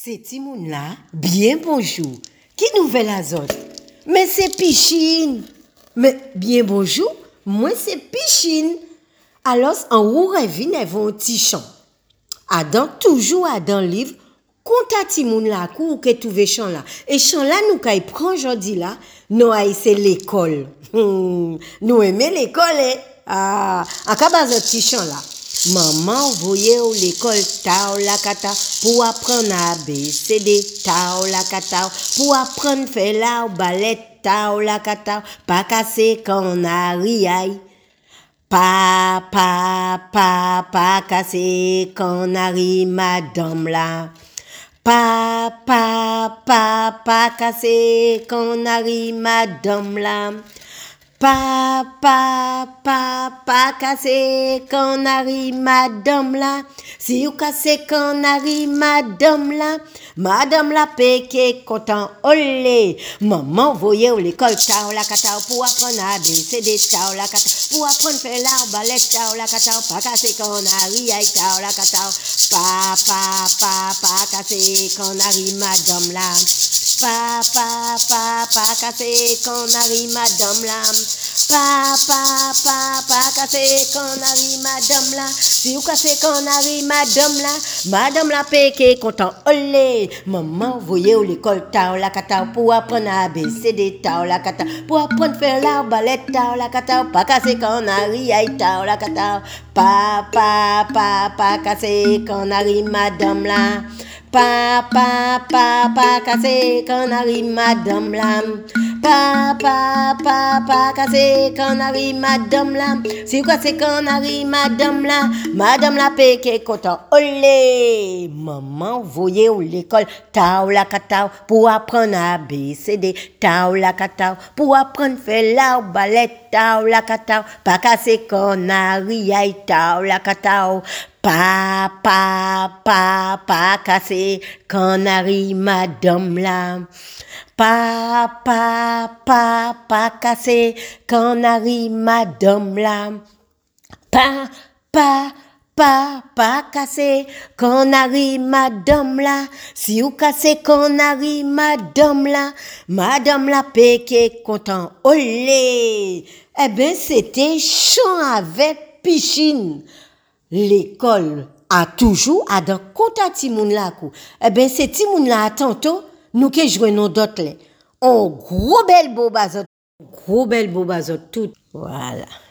C'est Timoun là, bien bonjour. Qui nouvelle azot? Mais c'est Pichine. Mais bien bonjour, moi c'est Pichine. Alors en haut revine un petit chant. Adam toujours Adam livre compte Timoun là kou que trouver chant là. Et chant là nous kay prend aujourd'hui là, nous c'est l'école. Nous aimer l'école en cas petit chant là. Maman voyait au l'école tao la kata pour apprendre à ABCD tao la kata pour apprendre faire la ballet tao la kata pas casser quand on a riaille pas casser quand on arrive madame là pas casser quand on arrive madame là pas casser quand on arrive madame là si vous cassez quand on arrive madame la péché content olé maman voyait au l'école tao la kata pour apprendre à ABCD tao la kata pour apprendre faire la ballet tao la kata pas casser quand on arrive tao la kata pas casser quand on arrive madame là pas casser quand on arrive madame là pas casser quand on arrive madame là si vous cassez quand on arrive madame la péché content olé maman voyez au l'école tao la kata pour apprendre à ABCD tao la kata pour apprendre faire la ballet tao la kata pas casser quand on arrive tao la kata pas casser quand on arrive madame là pas casser quand on arrive madame là pas casser quand on arrive madame là si vous cassez quand on arrive madame la péché content olé maman voyez où l'école tao la kata pour apprendre à ABCD tao la kata pour apprendre faire la ballet tao la kata pas casser quand on arrive tao la kata pas casser quand on arrive madame là pas casser quand on arrive madame là pas casser quand on arrive madame là si vous cassez quand on arrive madame la péché content olé eh ben c'était chant avec Pichine. L'école a toujours à dans compte à Timoun là kou. Eh ben c'est Timoun là tantôt nous que joignons d'autres. On gros bel beau bazot tout. Voilà.